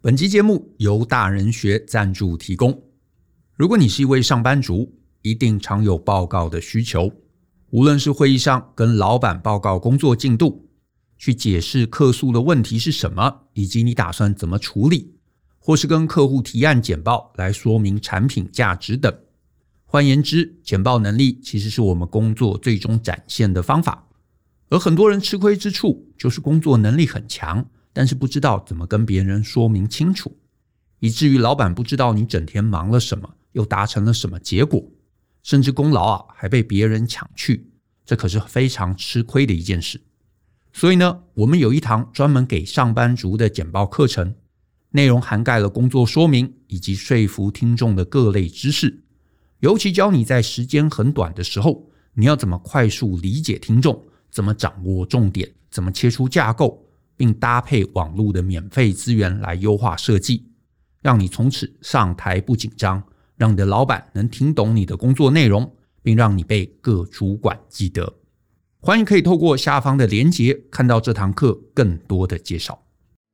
本期节目由大人学赞助提供。如果你是一位上班族，一定常有报告的需求，无论是会议上跟老板报告工作进度，去解释客诉的问题是什么，以及你打算怎么处理，或是跟客户提案简报来说明产品价值等。换言之，简报能力其实是我们工作最终展现的方法。而很多人吃亏之处就是工作能力很强，但是不知道怎么跟别人说明清楚，以至于老板不知道你整天忙了什么，又达成了什么结果，甚至功劳还被别人抢去，这可是非常吃亏的一件事。所以呢，我们有一堂专门给上班族的简报课程，内容涵盖了工作说明以及说服听众的各类知识，尤其教你在时间很短的时候，你要怎么快速理解听众，怎么掌握重点，怎么切出架构，并搭配网络的免费资源来优化设计，让你从此上台不紧张，让你的老板能听懂你的工作内容，并让你被各主管记得。欢迎可以透过下方的连结看到这堂课更多的介绍。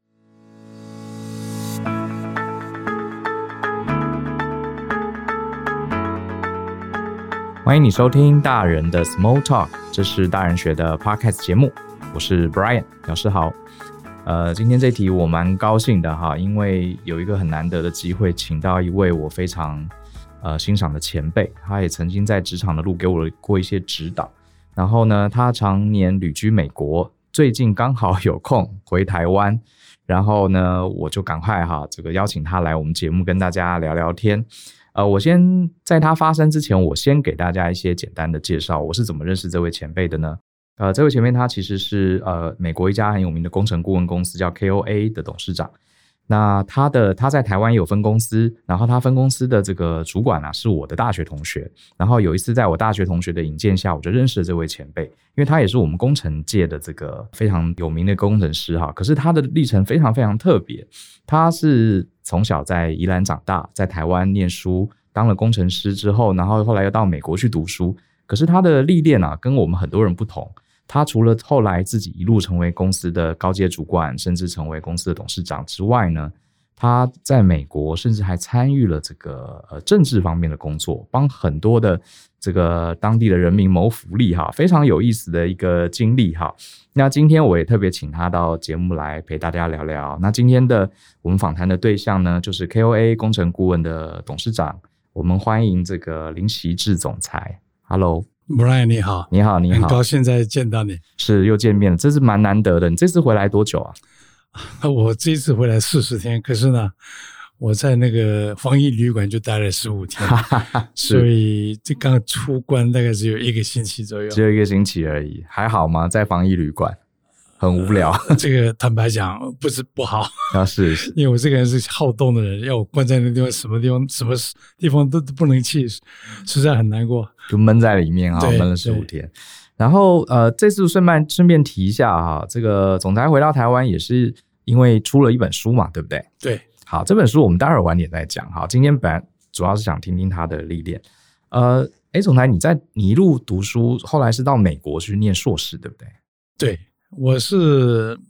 欢迎你收听大人的 Small Talk， 这是大人学的 Podcast 节目，我是 Brian， 老师好。今天这题我蛮高兴的哈，因为有一个很难得的机会，请到一位我非常欣赏的前辈，他也曾经在职场的路给我过一些指导。然后呢，他常年旅居美国，最近刚好有空回台湾，然后呢，我就赶快邀请他来我们节目跟大家聊聊天。我先在他发声之前，我先给大家一些简单的介绍，我是怎么认识这位前辈的呢？这位前辈他其实是美国一家很有名的工程顾问公司叫 KOA 的董事长。那他在台湾也有分公司，然后他分公司的这个主管是我的大学同学。然后有一次在我大学同学的引荐下，我就认识了这位前辈，因为他也是我们工程界的这个非常有名的工程师哈。可是他的历程非常非常特别，他是从小在宜兰长大，在台湾念书，当了工程师之后，然后后来又到美国去读书。可是他的历练跟我们很多人不同。他除了后来自己一路成为公司的高阶主管，甚至成为公司的董事长之外呢，他在美国甚至还参与了这个政治方面的工作，帮很多的这个当地的人民谋福利哈，非常有意思的一个经历哈。那今天我也特别请他到节目来陪大家聊聊。那今天的我们访谈的对象呢，就是 KOA 工程顾问的董事长，我们欢迎这个林习志总裁。Hello。Brian 你好。 你好， 很高兴再见到你。 是，又见面了，这是蛮难得的。你这次回来多久啊？ 我这次回来40天，可是呢，我在那个防疫旅馆就待了15天，所以这刚出关大概只有1个星期左右。 只有1个星期而已，还好吗？在防疫旅馆很无聊。 这个坦白讲不是不好是因为我这个人是好动的人，要我关在那地方，什么地方都不能去，实在很难过， 就闷在里面闷了15天。然后这次顺便提一下这个总裁回到台湾也是因为出了一本书嘛，对不对？ 对。 好，这本书我们待会儿晚点再讲。好，今天本来主要是想听听他的历练。总裁你一路读书，后来是到美国去念硕士，对不对？ 对，我是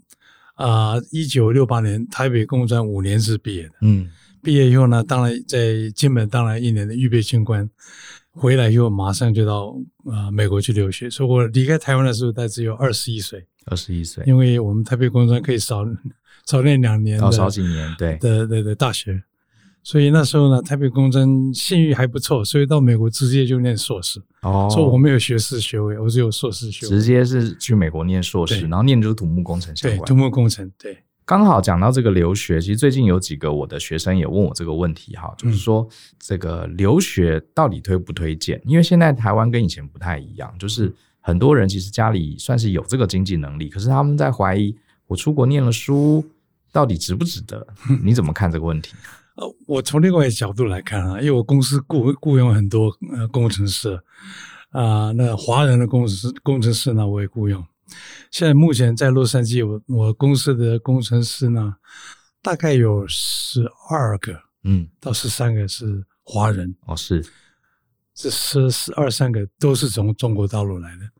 1968年台北工专5年制毕业的。毕业以后呢，当然在金门当了1年的预备军官，回来以后马上就到美国去留学。所以我离开台湾的时候大概只有21岁。 21岁， 因为我们台北工专可以少念2年的， 少几年，对的大学。所以那时候呢，台北工专信誉还不错，所以到美国直接就念硕士。所以我没有学士学位，我只有硕士学位。 直接是去美国念硕士，然后念就是土木工程相关。 对，土木工程，对。 刚好讲到这个留学，其实最近有几个我的学生也问我这个问题哈，就是说这个留学到底推不推荐？因为现在台湾跟以前不太一样，就是很多人其实家里算是有这个经济能力，可是他们在怀疑我出国念了书到底值不值得？你怎么看这个问题？ 我从另外一个角度来看因为我公司雇佣很多工程师那华人的工程师呢我也雇佣。现在目前在洛杉矶我公司的工程师呢大概有12个到13个是华人。 是。 这12、13个都是从中国大陆来的。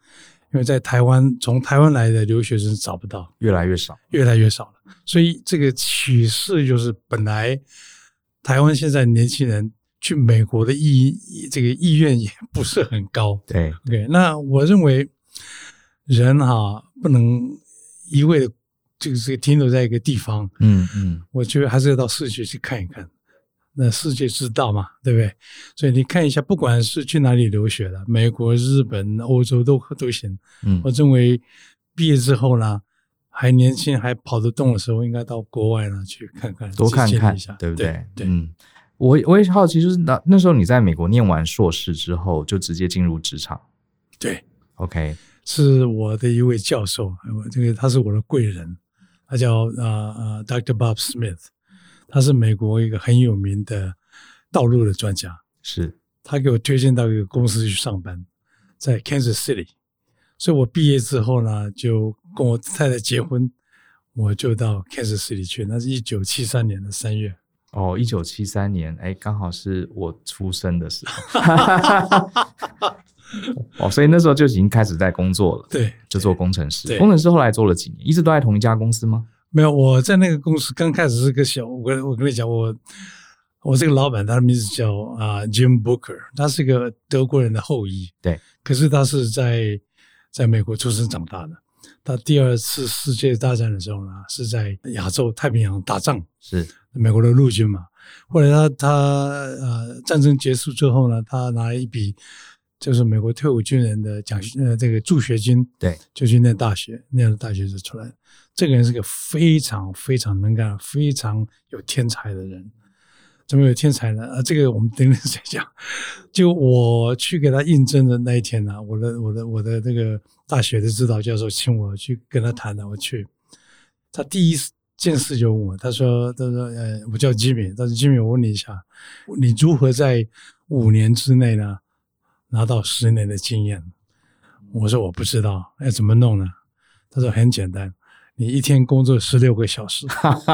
因为在台湾，从台湾来的留学生找不到， 越来越少了。所以这个趋势就是本来台湾现在年轻人去美国的这个意愿也不是很高。 对 ，OK， 那我认为人不能一味的这个停留在一个地方。我觉得还是要到世界去看一看。那世界之大嘛，对不对？所以你看一下，不管是去哪里留学的，美国、日本、欧洲都行。我认为毕业之后呢，还年轻还跑得动的时候，应该到国外呢去看看， 多看看一下，对不对？对。我也好奇，就是那时候你在美国念完硕士之后，就直接进入职场。 对 ，OK， 是我的一位教授，他是我的贵人，他叫Dr. Bob Smith。他是美国一个很有名的道路的专家， 是他给我推荐到一个公司去上班，在 Kansas City， 所以我毕业之后呢，就跟我太太结婚，我就到 Kansas City 去，那是1973年的3月。 1973年，刚好是我出生的时候。所以那时候就已经开始在工作了， 对， 就做工程师。工程师后来做了几年，一直都在同一家公司吗？ 没有，我在那个公司刚开始是个我跟你讲，我这个老板他的名字叫Jim Booker， 他是一个德国人的后裔， 对， 可是他是在美国出生长大的。他第2次世界大战的时候呢，是在亚洲太平洋打仗， 是美国的陆军嘛。后来他战争结束之后呢，他拿了一笔就是美国退伍军人的这个助学金， 对， 就去念大学，念了大学就出来了。这个人是个非常非常能干、非常有天才的人。怎么有天才呢？这个我们等等再讲。就我去给他应征的那一天呢，我的这个大学的指导教授请我去跟他谈的，我去。他第一件事就问我，他说我叫吉米，他说吉米，我问你一下，你如何在5年之内呢拿到10年的经验？我说我不知道，怎么弄呢？他说很简单，你一天工作16个小时。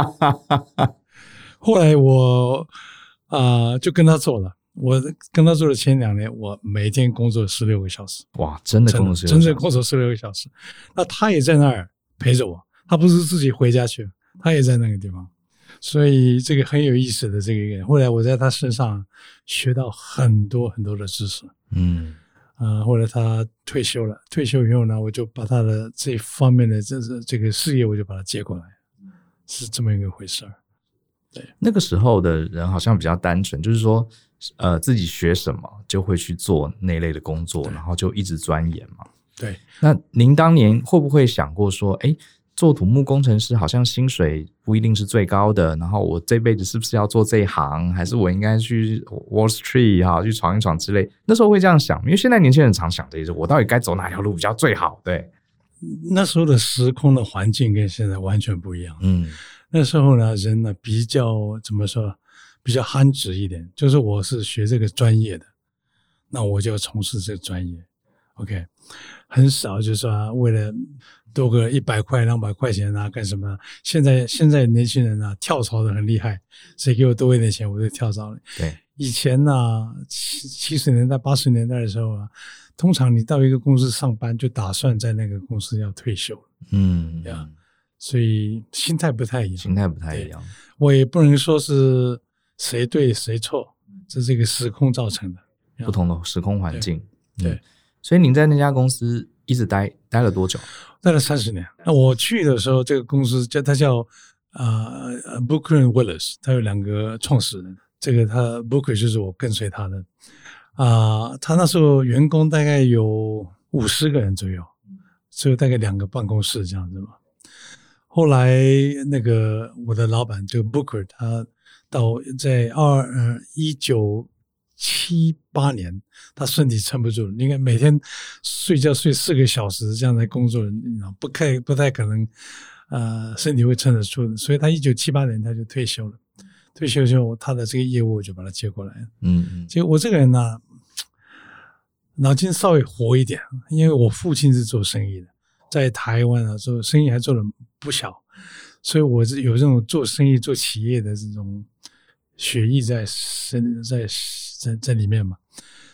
后来我就跟他做了。我跟他做的前2年，我每天工作16个小时。 哇，真的工作16个小时， 真正工作16个小时。那他也在那儿陪着我，他不是自己回家去，他也在那个地方。所以这个很有意思的这个人。后来我在他身上学到很多很多的知识。后来他退休了，退休以后呢，我就把他的这方面的这个事业，我就把他接过来，是这么一个回事儿。对， 那个时候的人好像比较单纯，就是说，自己学什么就会去做那类的工作，然后就一直钻研嘛。 对。 那您当年会不会想过说，做土木工程师好像薪水不一定是最高的，然后我这辈子是不是要做这一行，还是我应该去 Wall Street 去闯一闯之类？那时候会这样想，因为现在年轻人常想这些，我到底该走哪条路比较最好？对， 那时候的时空的环境跟现在完全不一样。那时候呢，人呢比较怎么说，比较憨直一点，就是我是学这个专业的，那我就要从事这个专业。OK， 很少就是说为了多个100块200块钱干什么？现在年轻人跳槽的很厉害，谁给我多一点钱我就跳槽了。 对， 以前70年代80年代的时候通常你到一个公司上班就打算在那个公司要退休。所以心态不太一样。我也不能说是谁对谁错，这是这个时空造成的不同的时空环境。 对。 所以您在那家公司一直待了多久？ 待了30年。那我去的时候，这个公司它叫Booker and Willis， 他有2个创始人。这个他 Booker 就是我跟随他的。他那时候员工大概有50个人左右，只有大概2个办公室这样子嘛。后来那个我的老板这个 Booker， 他在1978年，他身体撑不住了。你看每天睡觉睡4个小时这样的工作人，不太可能身体会撑得住的。所以他1978年他就退休了。退休之后，他的这个业务我就把他接过来了。结果我这个人呢，脑筋稍微活一点，因为我父亲是做生意的，在台湾做生意还做了不小，所以我是有这种做生意做企业的这种血液在里面嘛。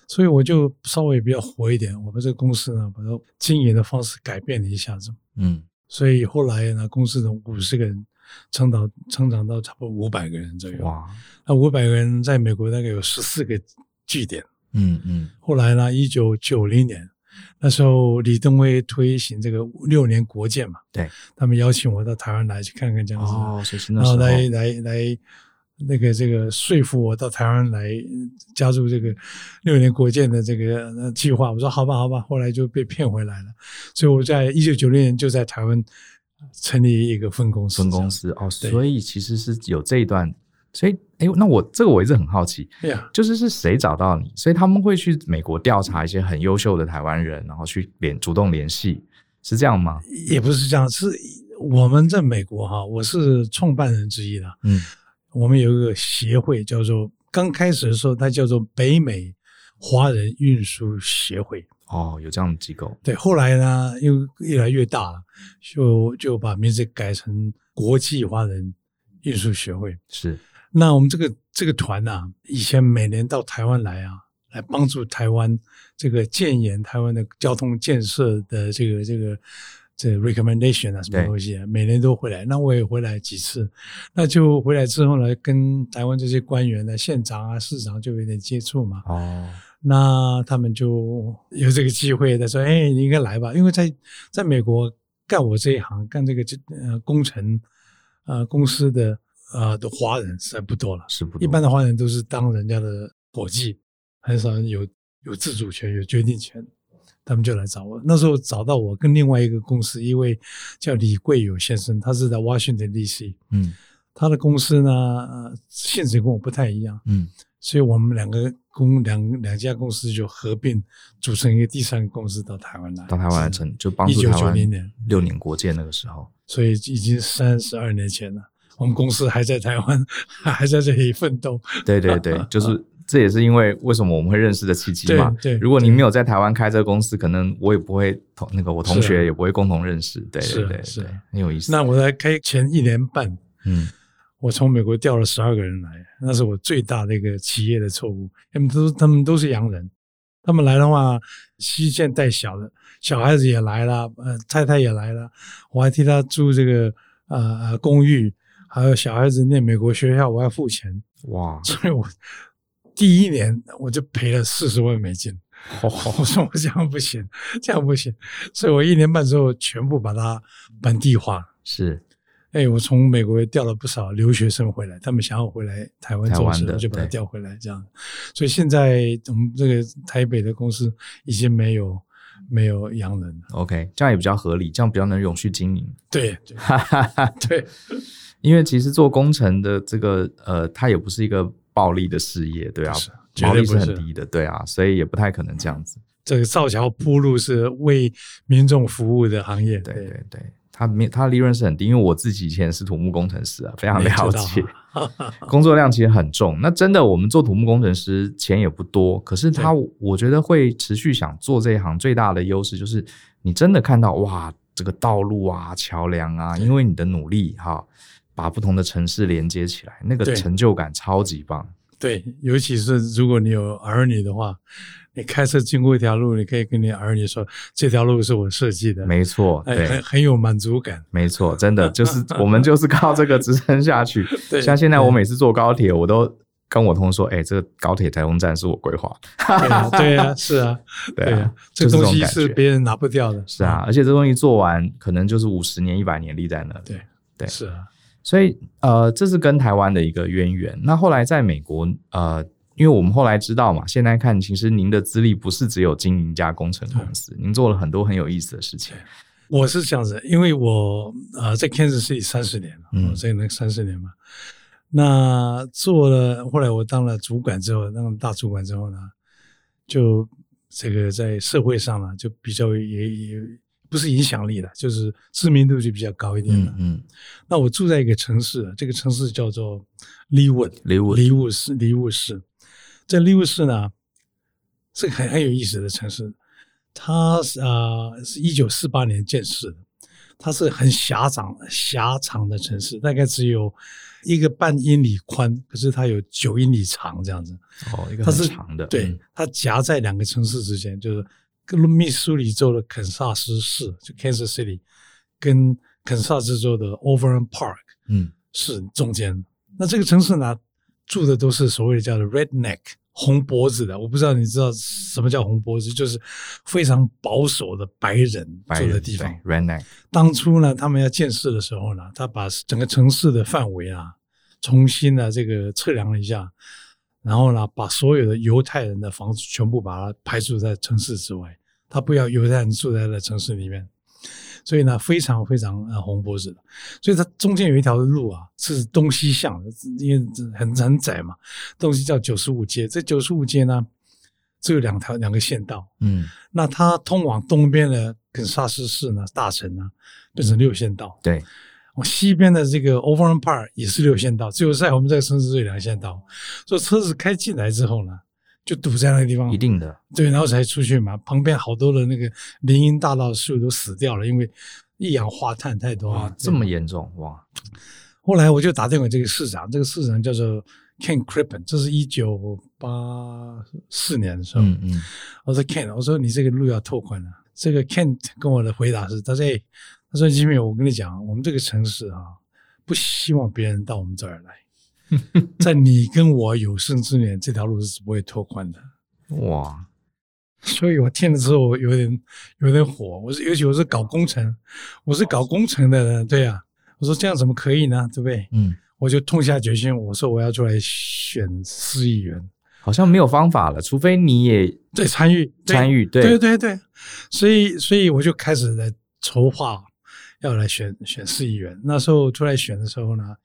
所以我就稍微比较活一点，我们这个公司呢，把它经营的方式改变了一下子，所以后来呢，公司从50个人成长到差不多500个人左右。 哇， 那500个人在美国大概有14个据点。后来呢，1990年那时候李登辉推行这个6年国建嘛， 对， 他们邀请我到台湾来去看看这样子， 所以那时候然后来这个说服我到台湾来加入这个6年国建的这个计划。我说好吧，后来就被骗回来了。所以我在1990年就在台湾成立一个分公司。 所以其实是有这一段。所以那我一直很好奇，就是谁找到你？所以他们会去美国调查一些很优秀的台湾人，然后去主动联系，是这样吗？ 也不是这样，是我们在美国我是创办人之一啦。我们有一个协会叫做，刚开始的时候它叫做北美华人运输协会。 有这样的机构。 对，后来呢又越来越大了，就把名字改成国际华人运输协会。 是。 那我们这个团以前每年到台湾来帮助台湾这个建言台湾的交通建设的这个 recommendation 什么东西每年都回来。那我也回来几次，那就回来之后呢，跟台湾这些官员呢、县长市长就有点接触嘛。那他们就有这个机会，他说：“你应该来吧，因为在美国干我这一行，干这个工程公司的华人实在不多了， 是不多。一般的华人都是当人家的伙计，很少人有自主权、有决定权。他们就来找我，那时候找到我跟另外一个公司，一位叫李贵友先生，他是在 Washington DC，他的公司呢性质跟我不太一样，所以我们两家公司就合并组成一个第3个公司到台湾来， 就帮助台湾 1990年 6年国建那个时候， 所以已经32年前了。我们公司还在台湾，还在这里奋斗。 对，就是这也是因为为什么我们会认识的契机嘛。 对， 如果你没有在台湾开这个公司，可能我也不会我同学也不会共同认识。对，很有意思。 那我在开前1年半，我从美国调了12个人来，那是我最大的一个企业的错误。他们都是洋人，他们来的话，西线带小的，小孩子也来了，太太也来了，我还替他租这个公寓。还有小孩子念美国学校，我要付钱。哇！所以我第1年我就赔了40万美金。我说我这样不行，所以我1年半之后全部把它本地化。 是， 我从美国调了不少留学生回来，他们想要回来台湾做事，我就把它调回来，这样。所以现在我们这个台北的公司已经没有洋人了。 OK， 这样也比较合理，这样比较能永续经营。 对。 因为其实做工程的这个它也不是一个暴利的事业，对啊，毛利是很低的，对啊，所以也不太可能这样子。 这个造桥铺路是为民众服务的行业， 对，它的利润是很低，因为我自己以前是土木工程师非常了解，工作量其实很重。那真的我们做土木工程师钱也不多，可是我觉得会持续想做这一行最大的优势就是你真的看到哇，这个道路桥梁因为你的努力把不同的城市连接起来，那个成就感超级棒。 对，尤其是如果你有儿女的话，你开车经过一条路，你可以跟你儿女说这条路是我设计的。 没错， 很有满足感。 没错，真的就是我们就是靠这个支撑下去。像现在我每次坐高铁，我都跟我同事说，这个高铁台中站是我规划。 对啊，是啊，对啊，这个东西是别人拿不掉的。 是啊，而且这东西做完可能就是50年、100年立在那里。 对，是啊。 所以这是跟台湾的一个渊源。那后来在美国因为我们后来知道嘛，现在看其实您的资历不是只有经营一家工程公司，您做了很多很有意思的事情。 我是这样子，因为我在 Kansas City 30年了，我在那30年嘛。那后来我当了主管之后，当了大主管之后呢，就这个在社会上呢就比较也不是影响力了，就是知名度就比较高一点了。那我住在一个城市，这个城市叫做利物市。这利物市呢是很有意思的城市，它是1948年建市的。 它是很狭长的城市，大概只有1.5英里宽，可是它有9英里长这样子。 一个很长的。 对，它夹在2个城市之间，就是密苏里州的肯萨斯市，就 Kansas City， 跟肯萨斯州的 Overland Park， 是中间。那这个城市呢，住的都是所谓的叫做 redneck， 红脖子的。我不知道你知道什么叫红脖子，就是非常保守的白人住的地方。 redneck。 当初呢，他们要建设的时候呢，他把整个城市的范围啊，重新的这个测量了一下，然后呢，把所有的犹太人的房子全部把它排除在城市之外，他不要犹太人住在了城市里面。所以呢，非常非常红脖子的，所以它中间有一条路啊，是东西向的，因为很窄嘛，东西叫95街。这95街呢，只有两个县道，那它通往东边的肯萨斯市呢，大城呢，变成6线道， 对， 往西边的这个 Overland Park 也是6线道，只有在我们这个城市只有2线道，所以车子开进来之后呢，就堵在那个地方， 一定的， 对，然后才出去嘛。旁边好多的那个林荫大道树都死掉了，因为一氧化碳太多了。 哇，这么严重哇！ 后来我就打电话给这个市长，这个市长叫做 Ken Crippen， 这是1984年的时候。我说 Ken， 我说你这个路要拓宽了。这个 Ken 跟我的回答是，他说他说吉米，我跟你讲，我们这个城市啊，不希望别人到我们这儿来。在你跟我有生之年，这条路是不会拓宽的。 哇！ 所以我听了之后有点火。尤其我是搞工程的人，对啊，我说这样怎么可以呢？对不对？我就痛下决心，我说我要出来选市议员。 好像没有方法了，除非你也对参与，对，所以我就开始在筹划要来选市议员。那时候出来选的时候呢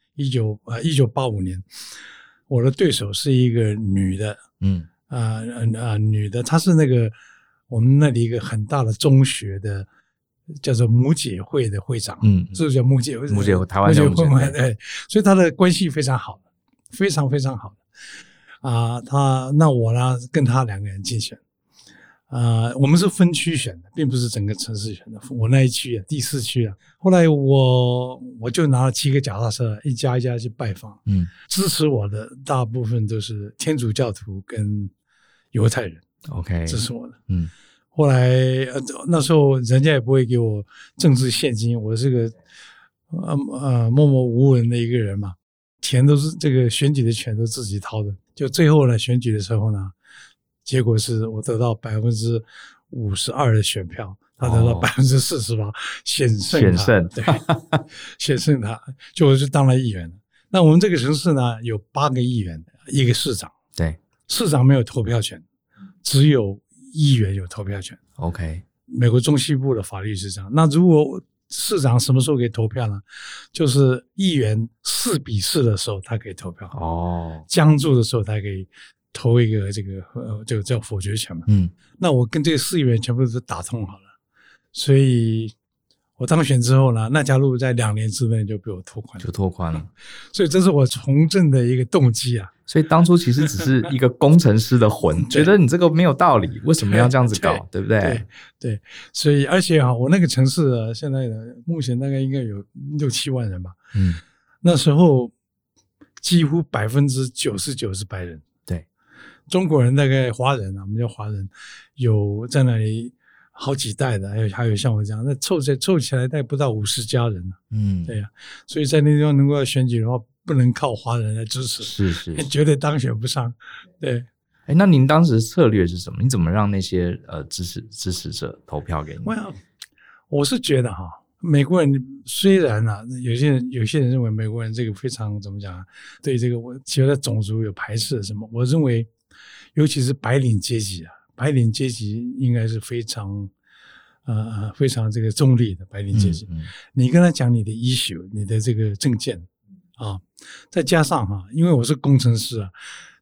，1985年，我的对手是一个女的，女的，她是那个我们那里一个很大的中学的叫做母姐会的会长，这叫母姐会， 台湾的母姐会， 对，所以她的关系非常好，非常非常好的那我呢跟她2个人竞选。我们是分区选的，并不是整个城市选的。我那一区第4区后来我就拿了7个脚踏车，一家一家去拜访。支持我的大部分都是天主教徒跟犹太人。 OK， 支持我的。后来那时候人家也不会给我政治现金，我是个默默无闻的一个人嘛，钱都是这个选举的钱都自己掏的。就最后呢，选举的时候呢，结果是我得到52%的选票，他得到48%，险胜，对，险胜他，就我就当了议员了。那我们这个城市呢，有8个议员，1个市长， 对， 市长没有投票权，只有议员有投票权。 OK， 美国中西部的法律是这样。那如果市长什么时候可以投票呢？就是议员4-4的时候，他可以投票。僵住的时候，他可以投一个这个叫否决权嘛。那我跟这个市议员全部都打通好了，所以我当选之后呢，那条路在2年之内就被我拓宽了，所以这是我从政的一个动机啊。 所以当初其实只是一个工程师的魂，觉得你这个没有道理，为什么要这样子搞，对不对？ 对，所以而且我那个城市现在目前大概应该有6-7万人吧。那时候几乎99%是白人。对，中国人大概华人我们叫华人，有在那里好几代的，还有像我这样，那凑起来大概不到50家人。对呀，所以在那地方能够要选举的话，不能靠华人来支持，是绝对当选不上。对， 那您当时策略是什么？你怎么让那些支持者投票给你？ 我是觉得美国人虽然有些人认为美国人这个非常怎么讲对这个我觉得种族有排斥什么，我认为尤其是白领阶级应该是非常非常这个中立的白领阶级。你跟他讲你的 issue， 你的这个政见再加上因为我是工程师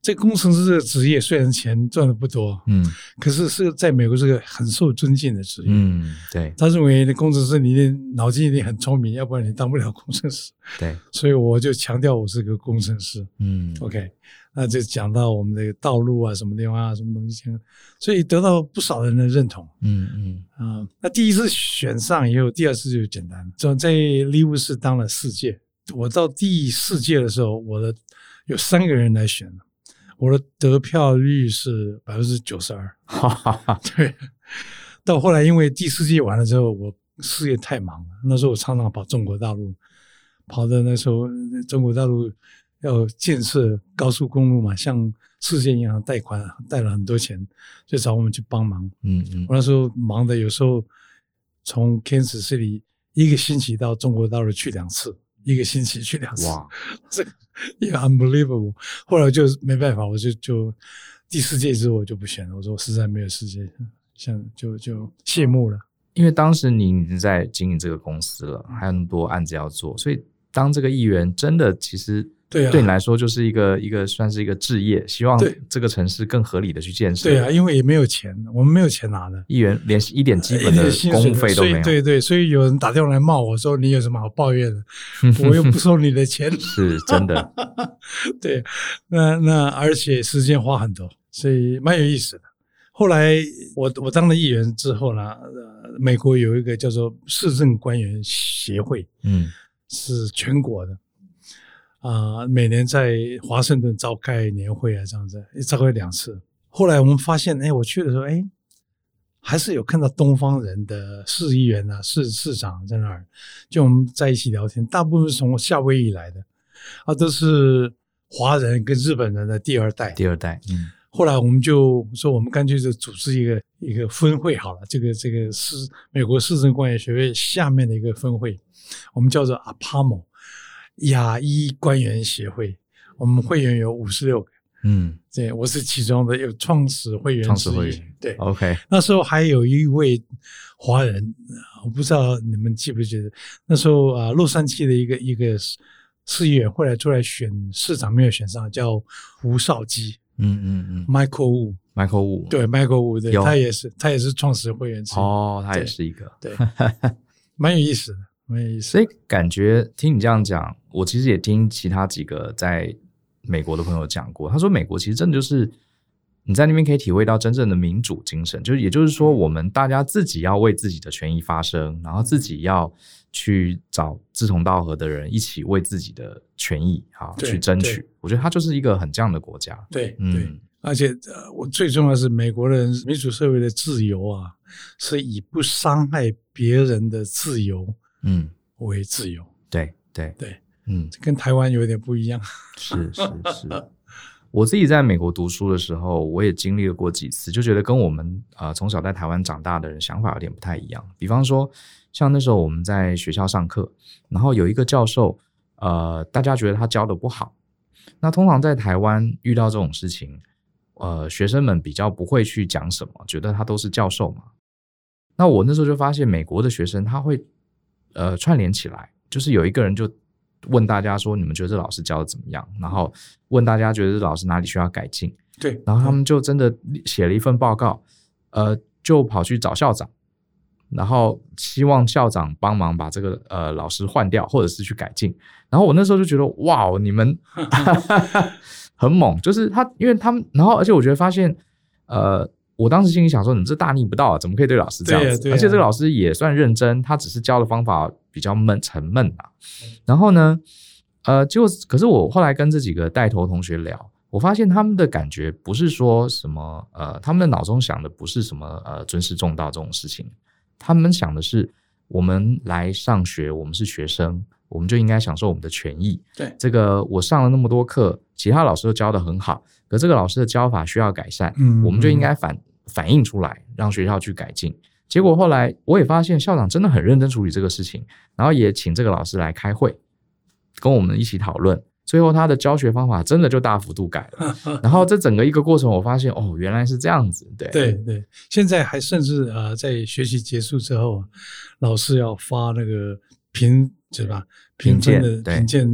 这个工程师这个职业虽然钱赚的不多，可是在美国是个很受尊敬的职业。 对。 他认为工程师你的脑筋一定很聪明，要不然你当不了工程师。 对。 所以我就强调我是个工程师。OK， 那就讲到我们的道路啊，什么地方啊，什么东西，所以得到不少人的认同。那第一次选上以后，第二次就简单了。在利物市当了4届，我到第4届的时候，有3个人来选了。我的得票率是 92%。对，到后来因为第4届完了之后，我事业太忙了，那时候我常常跑中国大陆，跑的那时候中国大陆要建设高速公路嘛，向世界银行贷款，贷了很多钱，就找我们去帮忙。我那时候忙的有时候从 Kansas City 1个星期到中国大陆去2次，1个星期去2次。哇，这个也 unbelievable。后来就没办法，我就第4届之后我就不选了，我说我实在没有时间，就谢幕了。 因为当时你已经在经营这个公司了，还有那么多案子要做，所以当这个议员真的其实对你来说就是一个算是一个志业，希望这个城市更合理的去建设。 对啊，因为也没有钱，我们没有钱拿的， 议员连一点基本的公费都没有。 对，所以有人打电话来骂我说你有什么好抱怨的，我又不收你的钱。 是真的。 对，那而且时间花很多，所以蛮有意思的。后来我当了议员之后呢，美国有一个叫做市政官员协会，是全国的。每年在华盛顿召开年会啊，这样子召开2次。后来我们发现，我去的时候，还是有看到东方人的市议员啊、市长在那儿，就我们在一起聊天，大部分是从夏威夷来的，都是华人跟日本人的第二代。后来我们就说，我们干脆就组织一个分会好了，这个美国市政官员学会下面的一个分会，我们叫做 APAMO 亚裔官员协会，我们会员有56个。对，我是其中的有创始会员之一。对 ，OK。 那时候还有一位华人，我不知道你们记不记得，那时候洛杉矶的一个市议员后来出来选市长，没有选上，叫胡绍基。Michael Wu。对 ，Michael Wu， 对，他也是创始会员之一。 他也是一个。 对，蛮有意思的，蛮有意思的。 所以感觉听你这样讲，我其实也听其他几个在美国的朋友讲过，他说美国其实真的就是你在那边可以体会到真正的民主精神，也就是说我们大家自己要为自己的权益发声，然后自己要去找志同道合的人一起为自己的权益去争取。我觉得它就是一个很这样的国家。 对，而且我最重要的是美国人民主社会的自由啊，是以不伤害别人的自由为自由。对，跟台湾有点不一样。 是。我自己在美国读书的时候，我也经历了过几次，就觉得跟我们从小在台湾长大的人想法有点不太一样。比方说，像那时候我们在学校上课，然后有一个教授，大家觉得他教的不好。那通常在台湾遇到这种事情，学生们比较不会去讲什么，觉得他都是教授嘛。那我那时候就发现，美国的学生他会串联起来，就是有一个人就问大家说，你们觉得这老师教的怎么样？然后问大家觉得这老师哪里需要改进。 对， 然后他们就真的写了一份报告，就跑去找校长，然后希望校长帮忙把这个老师换掉，或者是去改进。然后我那时候就觉得，哇，你们很猛，就是因为他们，然后而且我觉得发现，我当时心里想说，你这大逆不道啊，怎么可以对老师这样子？而且这个老师也算认真，他只是教的方法比较沉闷啊。然后呢，可是我后来跟这几个带头同学聊，我发现他们的感觉不是说什么他们的脑中想的不是什么尊师重道这种事情，他们想的是我们来上学，我们是学生，我们就应该享受我们的权益。 对， 这个我上了那么多课，其他老师都教得很好，可这个老师的教法需要改善，我们就应该反映出来，让学校去改进。结果后来我也发现校长真的很认真处理这个事情，然后也请这个老师来开会，跟我们一起讨论。最后他的教学方法真的就大幅度改了，然后这整个一个过程我发现原来是这样子。对， 现在还甚至在学习结束之后，老师要发那个评分的评鉴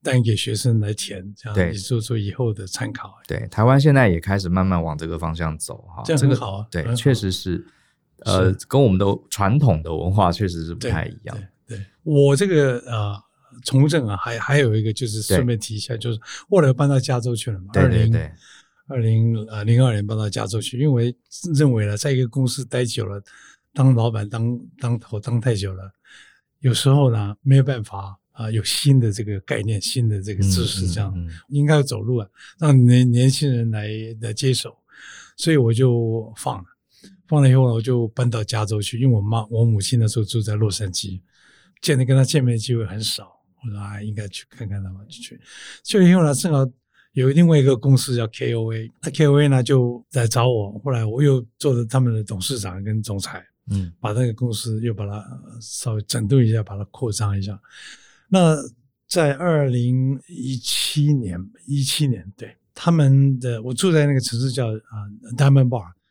单给学生来填，这样对你做以后的参考。 对，台湾现在也开始慢慢往这个方向走哈， 这样很好啊。 对， 很好确实是跟我们的传统的文化确实是不太一样。 对，我这个从政啊，还有一个就是顺便提一下，就是后来搬到加州去了嘛。 对 2002年搬到加州去，因为认为呢，在一个公司待久了，当老板当头当太久了，有时候呢没有办法有新的这个概念、新的这个知识，这样应该要走路让年轻人来接手，所以我就放了以后呢，我就搬到加州去，因为我母亲那时候住在洛杉矶，跟她见面的机会很少，我说应该去看看她嘛，去了以后呢，正好有另外一个公司叫 KOA， 那 KOA 呢就来找我，后来我又做了他们的董事长跟总裁，把那个公司又把它稍微整顿一下，把它扩张一下。那在2017年，对，他们的我住在那个城市叫Diamond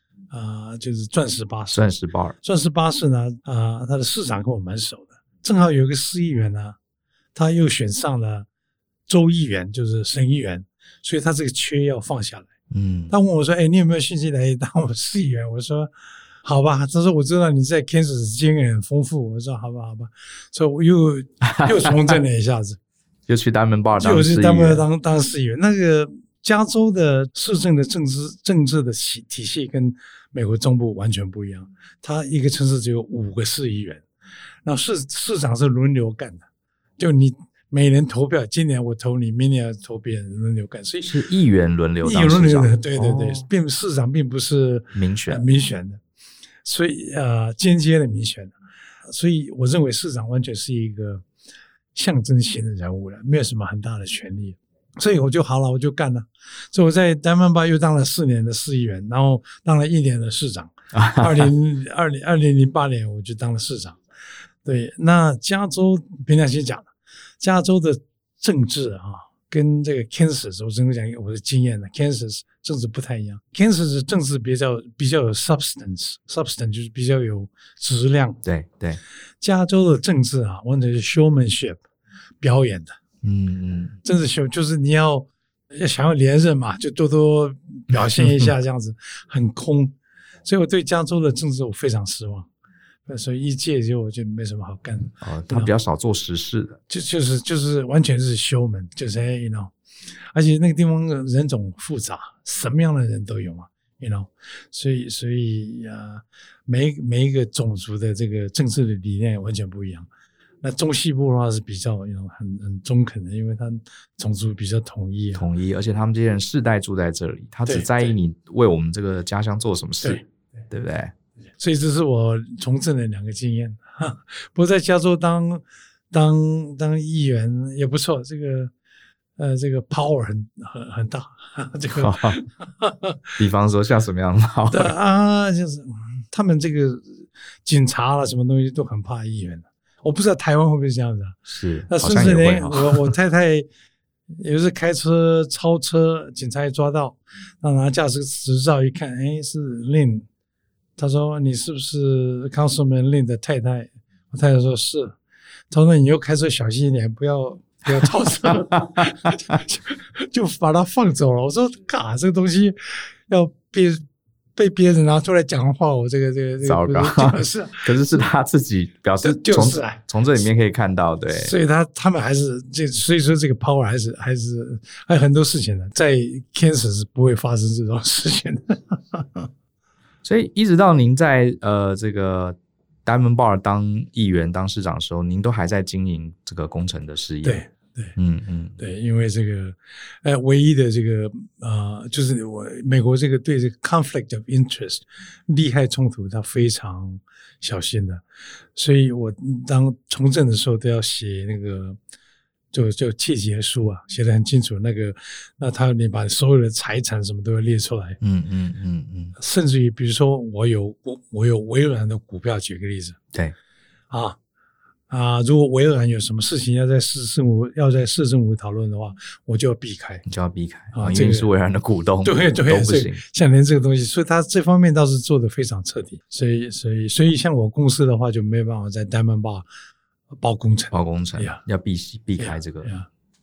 Bar，就是钻石巴士。钻石巴士呢，他的市长跟我蛮熟的，正好有一个市议员呢，他又选上了州议员，就是省议员，所以他这个缺要放下来。他问我说：“你有没有兴趣来当我市议员？”我说：“好吧。”他说：“我知道你在 Kansas 经验很丰富。”我说：“好吧。”所以我又从政了一下子， 又去Diamond Bar 当市议员。那个加州的市政的政治的体系跟美国中部完全不一样。他一个城市只有5个市议员，然后市长是轮流干的，就你每年投票，今年我投你，明年要投别人，轮流干，所以是议员轮流当市长。 对，市长并不是民选的，所以间接的民选的，所以我认为市长完全是一个象征性的人物了，没有什么很大的权力，所以我就干了。所以我在Diamond Bar又当了4年的市议员，然后当了1年的市长。2008年我就当了市长。对，那加州凭良心讲了，加州的政治跟这个 Kansas 我真的讲我的经验呢 ，Kansas 政治不太一样。Kansas 政治比较有 substance 就是比较有质量。 对， 加州的政治完全是 showmanship 表演的。政治秀就是你要想要连任嘛，就多表现一下这样子，很空。所以我对加州的政治我非常失望。所以一届我就没什么好干的。 他比较少做实事的， 就是完全是showman，就是而且那个地方人种复杂，什么样的人都有嘛所以每一个种族的这个政治的理念完全不一样。那中西部的话是比较很中肯的，因为他种族比较统一， 而且他们这些人世代住在这里，他只在意你为我们这个家乡做什么事，对不对？ 所以这是我从政的2个经验。不过在加州当议员也不错，这个 power 很大。这个比方说像什么样的 power？ 就是他们这个警察啦什么东西都很怕议员的。我不知道台湾会不会这样子是， 那甚至连我太太有时开车超车，警察一抓到，拿驾驶执照一看，是 Lin。他说：“你是不是 Councilman Lin 的太太？”我太太说：“是。”他说：“你以后开车小心一点，不要超车。”就把他放走了。我说：“这个东西要被别人拿出来讲话，我这个糟糕。可是他自己表示，从这里面可以看到，对。 所以他们还是所以说这个 power 还有很多事情的，在 Kansas 是不会发生这种事情的。 所以一直到您在这个 Diamond Bar 当议员、当市长的时候，您都还在经营这个工程的事业。 对，对，因为这个唯一的这个就是美国这个对这个 conflict of interest 利害冲突，他非常小心的，所以我当从政的时候都要写那个就契结书写得很清楚。那你把所有的财产什么都要列出来。甚至于比如说我有微软的股票，举个例子。 对。 如果微软有什么事情要在市政府讨论的话，我就要避开。 你就要避开因为你是微软的股东。 对， 都不行。 像连这个东西，所以他这方面倒是做得非常彻底。所以像我公司的话，就没办法在Diamond Bar包工程， 要避开这个。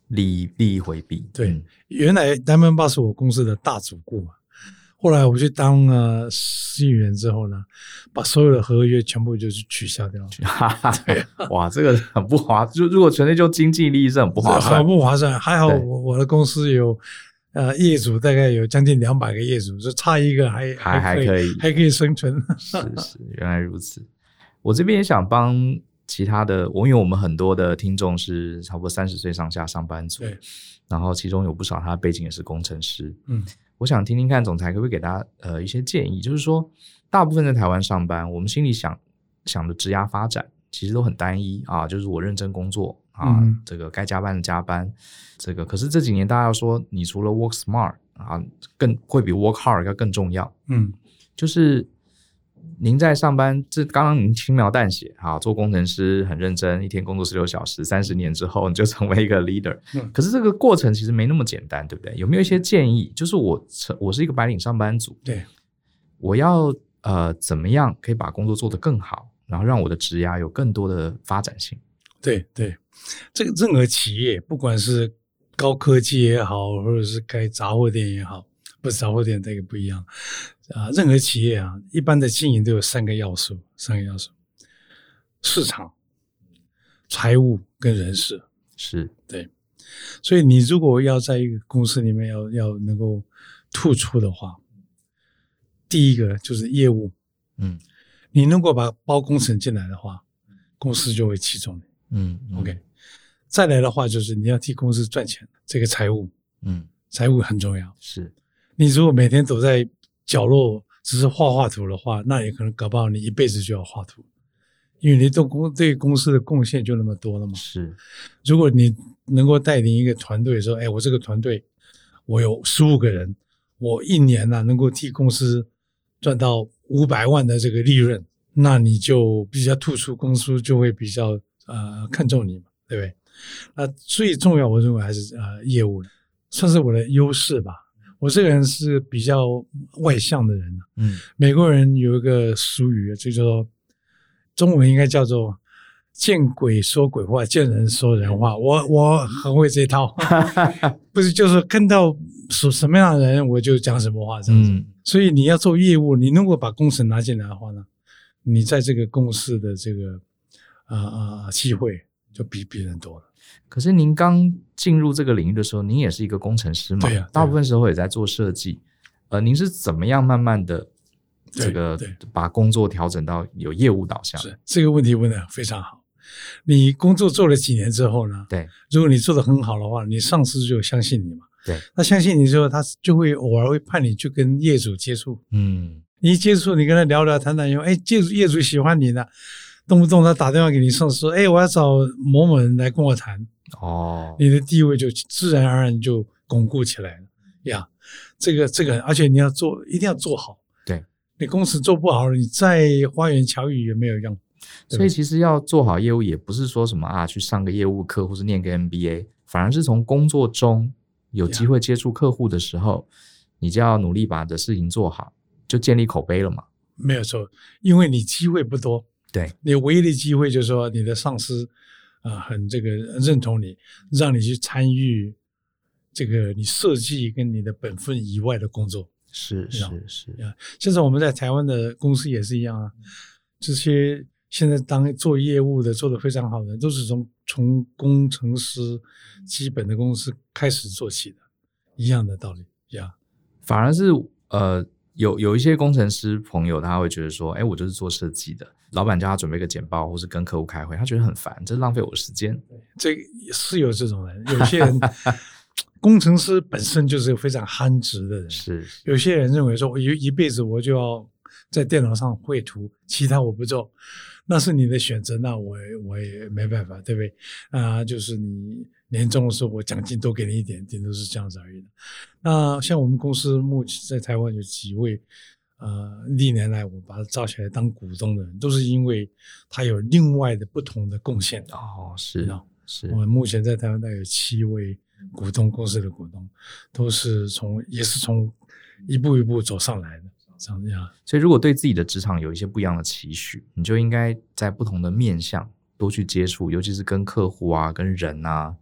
利益回避。 对，原来Diamond Bar是我公司的大主顾嘛，后来我去当了市议员之后呢，把所有的合约全部就是取消掉。 对，哇，这个很不划算。如果纯粹就经济利益是很不划算， 很不划算。还好我的公司有业主大概有将近200个业主，就差一个还可以生存。 是，原来如此。我这边也想帮其他的，因为我们很多的听众是差不多30岁上下上班族， 对， 然后其中有不少他的背景也是工程师。我想听听看总裁可不可以给大家一些建议，就是说大部分在台湾上班，我们心里想的职涯发展其实都很单一啊，就是我认真工作啊，这个该加班的加班，这个可是这几年大家要说你除了 work smart 啊，更会比 work hard 要更重要。就是您在上班，这刚刚您轻描淡写啊，做工程师很认真，一天工作16小时，30年之后你就成为一个 leader。可是这个过程其实没那么简单，对不对？有没有一些建议？就是我是一个白领上班族， 对， 我要怎么样可以把工作做得更好，然后让我的职涯有更多的发展性？ 对，这个任何企业，不管是高科技也好，或者是开杂货店也好，不是杂货店这个不一样任何企业啊，一般的经营都有3个要素，市场、财务跟人事。 是， 对。所以你如果要在一个公司里面要能够突出的话，第一个就是业务。你如果把包工程进来的话，公司就会器重你。OK。再来的话就是你要替公司赚钱，这个财务。财务很重要。 是。 你如果每天躲在角落只是画图的话，那也可能搞不好你一辈子就要画图，因为你对公司的贡献就那么多了嘛。 是。 如果你能够带领一个团队说，我这个团队我有15个人，我一年能够替公司赚到500万的这个利润，那你就比较突出，公司就会比较看重你嘛，对不对？那最重要我认为还是业务，算是我的优势吧。我这个人是比较外向的人。美国人有一个俗语，就叫做中文应该叫做见鬼说鬼话，见人说人话。我很会这套。不是，就是看到什么样的人我就讲什么话这样子。所以你要做业务，你如果把工程拿进来的话呢，你在这个公司的这个机会就比别人多了。 可是您刚进入这个领域的时候，您也是一个工程师嘛？对啊，大部分时候也在做设计。您是怎么样慢慢的这个把工作调整到有业务导向？ 是，这个问题问得非常好。你工作做了几年之后呢？ 对， 如果你做得很好的话，你上司就相信你嘛。 对， 他相信你之后，他就会偶尔会派你去跟业主接触。你一接触，你跟他聊聊谈谈，业主喜欢你呢，动不动他打电话给你上司说，我要找某某人来跟我谈。你的地位就自然而然就巩固起来了呀。这个，而且你要一定要做好。 对， 你公司做不好，你再花言巧语也没有用。 所以其实要做好业务，也不是说什么去上个业务课或是念个 MBA， 反而是从工作中有机会接触客户的时候，你就要努力把的事情做好，就建立口碑了嘛。 没有错，因为你机会不多。 对， 你唯一的机会就是说你的上司很这个认同你，让你去参与这个你设计跟你的本分以外的工作。 是。 现在我们在台湾的公司也是一样这些现在当做业务的做得非常好的，都是从工程师基本的公司开始做起的，一样的道理呀。 反而是有一些工程师朋友他会觉得说，我就是做设计的，老板叫他准备个简报或是跟客户开会，他觉得很烦，这浪费我的时间。 这是有这种人，有些人工程师本身就是非常憨直的人。 是， 有些人认为说，我一辈子我就要在电脑上绘图，其他我不做，那是你的选择，那我也没办法，对不对？就是你年终的时候我奖金多给你一点，顶多是这样子而已的。那像我们公司目前在台湾有几位历年来我把他招起来当股东的人，都是因为他有另外的不同的贡献。 是。 我们目前在台湾大概有7位股东，公司的股东都是也是从一步一步走上来的。这样， 所以如果对自己的职场有一些不一样的期许，你就应该在不同的面向多去接触，尤其是跟客户跟人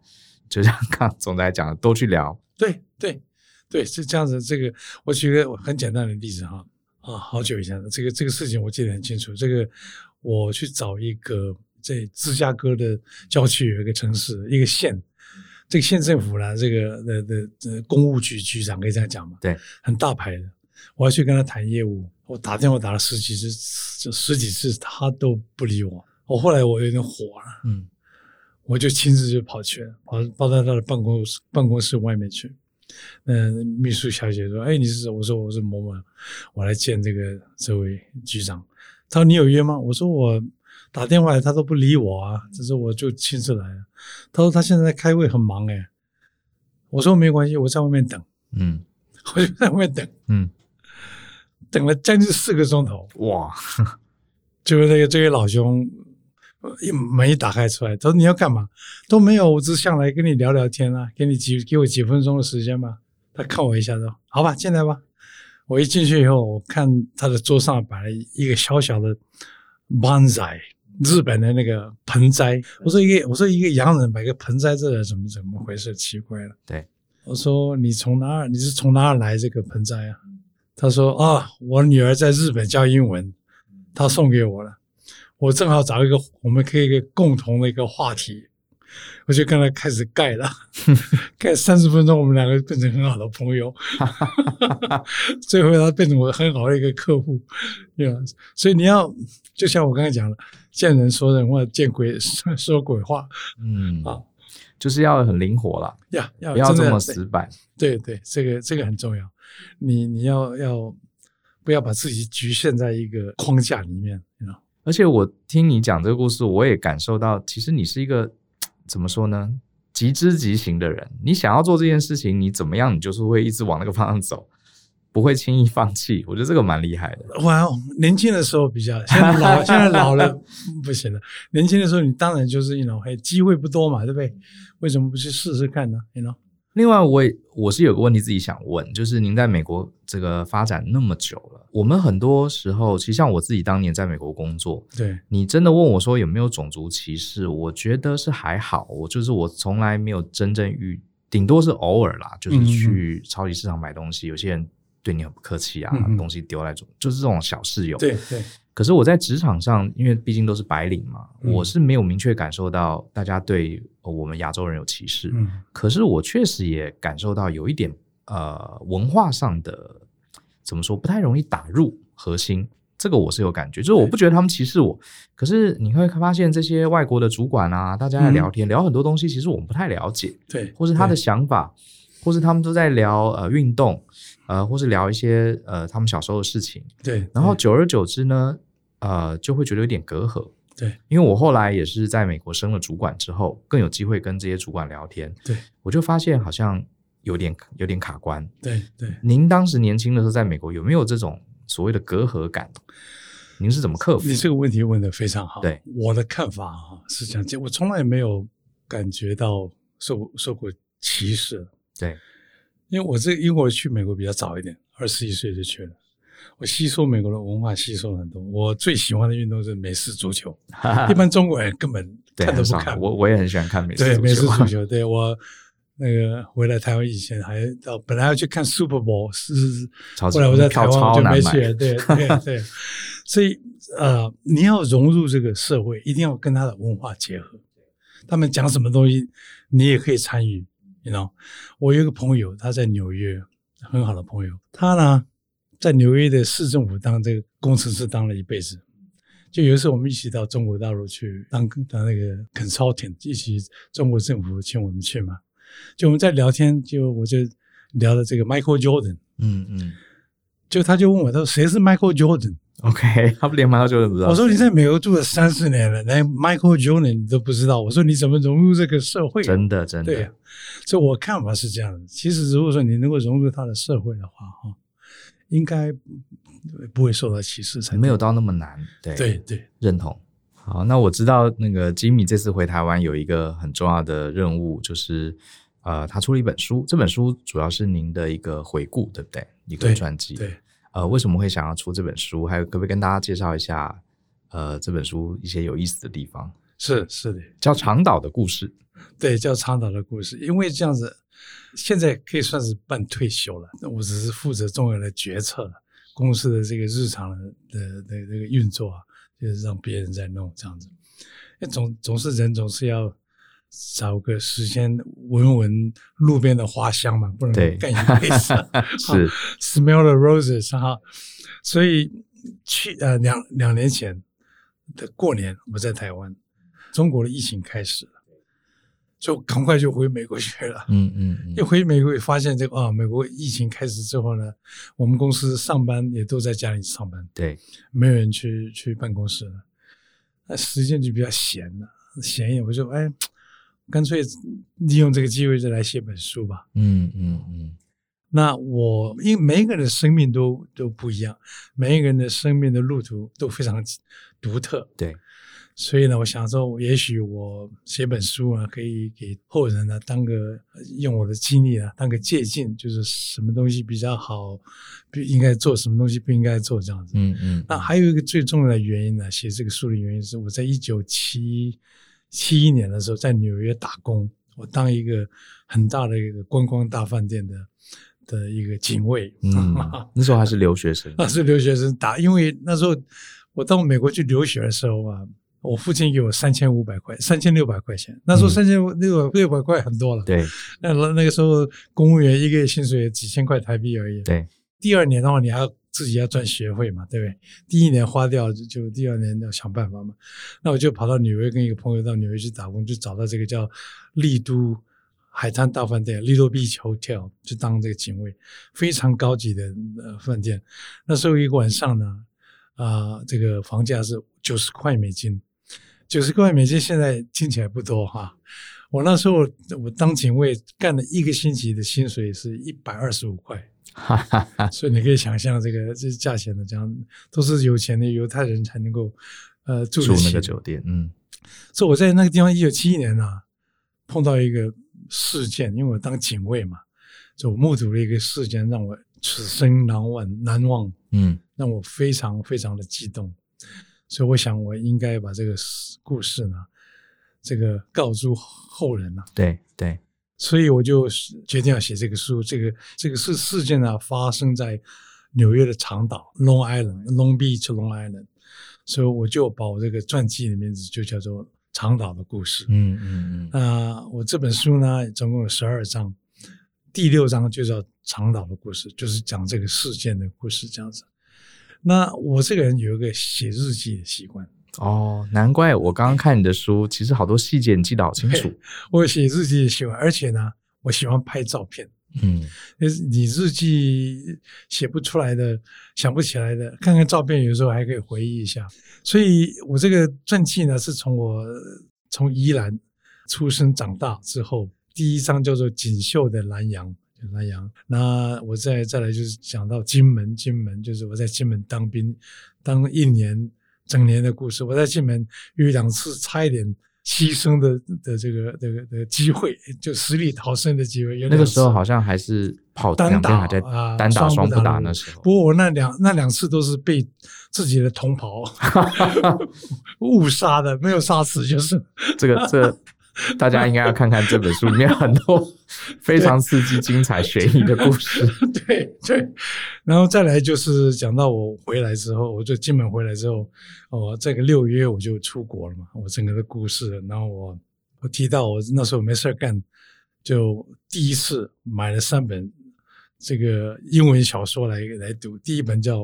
就像刚刚总裁讲的，多去聊。 对，是这样子。这个我举个很简单的例子哈，好久以前的这个事情我记得很清楚。这个我去找一个在芝加哥的郊区有一个城市，一个县，这个县政府呢，这个的公务局局长可以这样讲嘛？ 对， 很大牌的。我要去跟他谈业务，我打电话打了十几次，他都不理我。我后来我有点火了，我就亲自就跑去了，跑到他的办公室外面去。秘书小姐说：“哎，你是谁？”我说：“我是某某，我来见这位局长。”他说：“你有约吗？”我说：“我打电话来，他都不理我啊，这是我就亲自来了。”他说：“他现在在开会，很忙哎。”我说：“没关系，我在外面等。”我就在外面等，等了将近4个钟头。 哇！ 结果这位老兄门一打开出来，他说：“你要干嘛？”都没有，我只是想来跟你聊聊天啊，给我几分钟的时间吧。他看我一下说：“好吧，进来吧。”我一进去以后，我看他的桌上摆了一个小小的 bonsai， 日本的那个盆栽。我说一个洋人摆个盆栽，这怎么回事？奇怪了。 对， 我说你是从哪儿来这个盆栽啊？他说我女儿在日本教英文，她送给我了。我正好找一个我们可以一个共同的一个话题，我就跟他开始盖了，盖30分钟，我们两个变成很好的朋友。最后他变成我很好的一个客户。所以你要就像我刚才讲了，见人说人话，见鬼说鬼话。 就是要很灵活啦，不要这么死板。 对，这个很重要。你要不要把自己局限在一个框架里面。 而且我听你讲这个故事，我也感受到，其实你是一个怎么说呢，即知即行的人。你想要做这件事情，你怎么样，你就是会一直往那个方向走，不会轻易放弃。我觉得这个蛮厉害的。 哇，年轻的时候比较，现在老了不行了。年轻的时候，你当然就是机会不多嘛，对不对？为什么不去试试看呢？ 另外我是有个问题自己想问，就是您在美国这个发展那么久了，我们很多时候其实像我自己当年在美国工作， 对， 你真的问我说有没有种族歧视，我觉得是还好。我从来没有真正顶多是偶尔啦，就是去超级市场买东西，有些人对你很不客气啊，东西丢来就是这种小事有。 对。 可是我在职场上，因为毕竟都是白领嘛，我是没有明确感受到大家对我们亚洲人有歧视。可是我确实也感受到有一点文化上的怎么说，不太容易打入核心。这个我是有感觉，就是我不觉得他们歧视我，可是你会发现这些外国的主管啊，大家在聊天，聊很多东西，其实我们不太了解， 对， 或是他的想法，或是他们都在聊运动，或是聊一些他们小时候的事情， 对， 然后久而久之呢。就会觉得有点隔阂。 对， 因为我后来也是在美国升了主管之后，更有机会跟这些主管聊天。 对， 我就发现好像有点卡关。 对。 您当时年轻的时候在美国有没有这种所谓的隔阂感？您是怎么克服？ 你这个问题问得非常好。 对， 我的看法是这样，我从来没有感觉到受过歧视。 对， 因为我去美国比较早一点，21岁就去了。我吸收美国的文化吸收了很多。我最喜欢的运动是美式足球，一般中国人根本看都不看。 我也很喜欢看美式足球。 对，美式足球。对，我那个回来台湾以前本来要去看 Super Bowl， 后来我在台湾我就没去。对。所以你要融入这个社会，一定要跟他的文化结合。他们讲什么东西，你也可以参与。我有一个朋友，他在纽约，很好的朋友，他呢在纽约的市政府当这个工程师当了一辈子。就有一次我们一起到中国大陆去当那个 consultant， 一起中国政府请我们去嘛。就我们在聊天，我就聊了这个 Michael Jordan。就他就问我，他说谁是 Michael Jordan？OK， 他连 Michael Jordan 不知道。 我说你在美国住了30年了，连 Michael Jordan 你都不知道。我说你怎么融入这个社会？ 真的。 对啊，所以我看法是这样的。其实如果说你能够融入他的社会的话，应该不会受到歧视才对， 没有到那么难。对，认同。好，那我知道那个吉米这次回台湾有一个很重要的任务，就是他出了一本书，这本书主要是您的一个回顾，对不对？一个传记。 对。 为什么会想要出这本书？还有可不可以跟大家介绍一下这本书一些有意思的地方？ 是的， 叫长岛的故事。 对，叫长岛的故事。因为这样子，现在可以算是半退休了，我只是负责重要的决策了，公司的这个日常的这个运作啊，就是让别人在弄这样子。总是人总是要找个时间闻路边的花香嘛，不能干一辈子。 是 smell the roses 哈。所以两年前的过年，我在台湾，中国的疫情开始了，就赶快就回美国去了。一回美国发现这个美国疫情开始之后呢，我们公司上班也都在家里上班， 对， 没有人去办公室了，那时间就比较闲了，闲一点，我就干脆利用这个机会就来写本书吧。那因为每一个人的生命都不一样，每一个人的生命的路途都非常独特。 对， 所以呢，我想说，也许我写本书啊，可以给后人呢用我的经历啊当个借鉴，就是什么东西比较好，应该做什么东西不应该做这样子。那还有一个最重要的原因呢，写这个书的原因是我在1971年的时候在纽约打工，我当一个很大的一个观光大饭店的一个警卫。 那时候还是留学生。 是留学生因为那时候我到美国去留学的时候啊，我父亲给我3600块钱，那时候3600块很多了。 对， 那个时候公务员一个月薪水几千块台币而已。 对， 第二年的话你还要自己要赚学费嘛，对不对？第一年花掉，就第二年要想办法嘛。那我就跑到纽约，跟一个朋友到纽约去打工，就找到这个叫丽都海滩大饭店 Lido Beach Hotel， 就当这个警卫，非常高级的饭店。那时候一个晚上呢这个房价是90块美金，90块美金现在听起来不多哈。我那时候我当警卫干了1个星期的薪水是125块。所以你可以想象这价钱的，这样都是有钱的犹太人才能够住那个酒店。 所以我在那个地方1971年碰到一个事件，因为我当警卫嘛，就我目睹了一个事件，让我此生难忘，让我非常非常的激动。所以我想我应该把这个故事呢，这个告诸后人了。 对。 所以我就决定要写这个书。这个事件呢，发生在纽约的长岛 Long Beach。所以我就把我这个传记的名字就叫做长岛的故事。我这本书呢总共有12章，第6章就叫长岛的故事，就是讲这个事件的故事这样子。那我这个人有一个写日记的习惯。 难怪我刚刚看你的书，其实好多细节你记得好清楚。 我有写日记的习惯，而且呢，我喜欢拍照片。你日记写不出来的，想不起来的，看看照片，有时候还可以回忆一下。所以我这个传记呢，是从宜兰出生长大之后，第1章叫做锦绣的南洋。那我再来就是讲到金门，就是我在金门当兵，当1年整年的故事。我在金门有2次差一点牺牲的这个机会，就死里逃生的机会。 那个时候好像还是跑两边还在单打双不打那时候。 不过我那两次都是被自己的同袍误杀的，没有杀死就是这大家应该要看看这本书，里面很多非常刺激、精彩、悬疑的故事。 对，然后再来就是讲到我回来之后，我就金门回来之后，这个6月我就出国了嘛，我整个的故事。然后我提到我那时候没事干，就第一次买了3本这个英文小说来读。第一本叫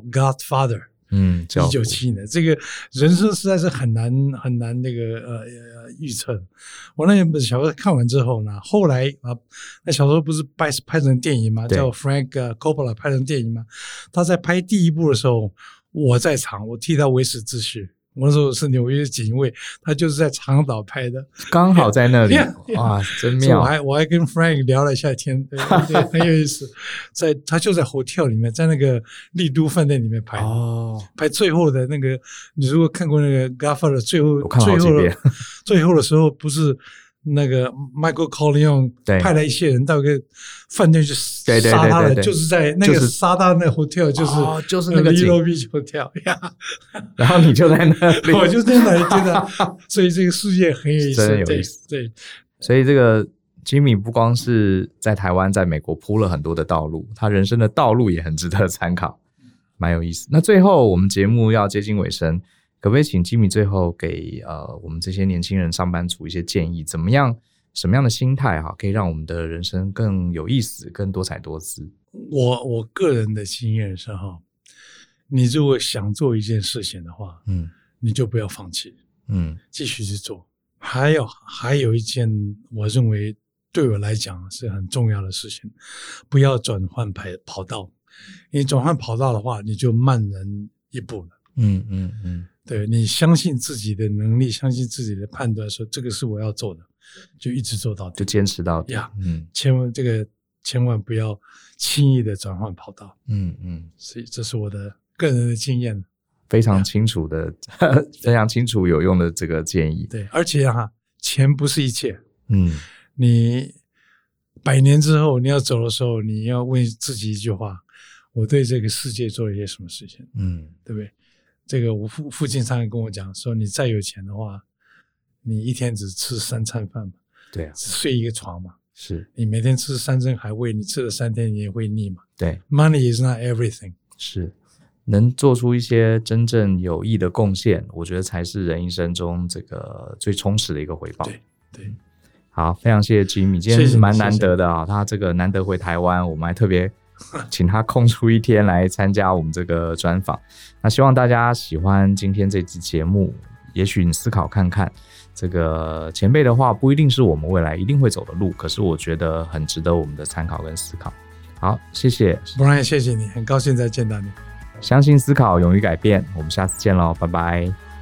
《Godfather》。1971年，这个人生实在是很难那个预测。我那本小说看完之后呢，后来那小说不是拍成电影吗？叫 Frank Coppola 拍成电影吗？他在拍第1部的时候，我在场，我替他维持秩序。我那时候是纽约警卫，他就是在长岛拍的， 刚好在那里。哇，真妙！ 我还跟 Frank 聊了一下天，对，很有意思。他就在 hotel 里面，在那个丽都饭店里面拍拍最后的那个。你如果看过那个 Godfather 最后的时候，不是那个 Michael Corleone 对派来一些人到一个饭店去对对杀他的， 对对对就是在那个杀他那个 hotel， 就是那个景 Little Beach Hotel 呀。 然后你就在那里， 我就在那里觉得，所以这个世界很有意思， 真有意思。 对， 所以这个 Jimmy 不光是在台湾，在美国铺了很多的道路，他人生的道路也很值得参考，蛮有意思。那最后我们节目要接近尾声，可不可以请 Jimmy 最后给我们这些年轻人上班族一些建议？什么样的心态可以让我们的人生更有意思、更多彩多姿？ 我个人的经验是你如果想做一件事情的话，你就不要放弃，继续去做。还有一件我认为对我来讲是很重要的事情，不要转换跑道。你转换跑道的话，你就慢人一步了。对，你相信自己的能力，相信自己的判断，说这个是我要做的，就一直做到底， 就坚持到底。 千万不要轻易的转换跑道。所以这是我的个人的经验， 非常清楚的非常清楚有用的这个建议。 对，而且钱不是一切。你100年之后你要走的时候，你要问自己一句话：我对这个世界做了一些什么事情？对不对？这个我父亲常常跟我讲说，你再有钱的话，你一天只吃3餐饭嘛， 对啊， 只睡一个床嘛， 是你每天吃3珍海味，你吃了3天你也会腻嘛。 对 ，Money is not everything。 是，能做出一些真正有益的贡献，我觉得才是人一生中这个最充实的一个回报。 对。 好，非常谢谢 Jimmy， 今天是蛮难得的他这个难得回台湾，我们还特别请他空出一天来参加我们这个专访。那希望大家喜欢今天这期节目，也许你思考看看，这个前辈的话不一定是我们未来一定会走的路，可是我觉得很值得我们的参考跟思考。好，谢谢 Brian， 谢谢你，很高兴再见到你。 相信思考，勇于改变，我们下次见咯，拜拜。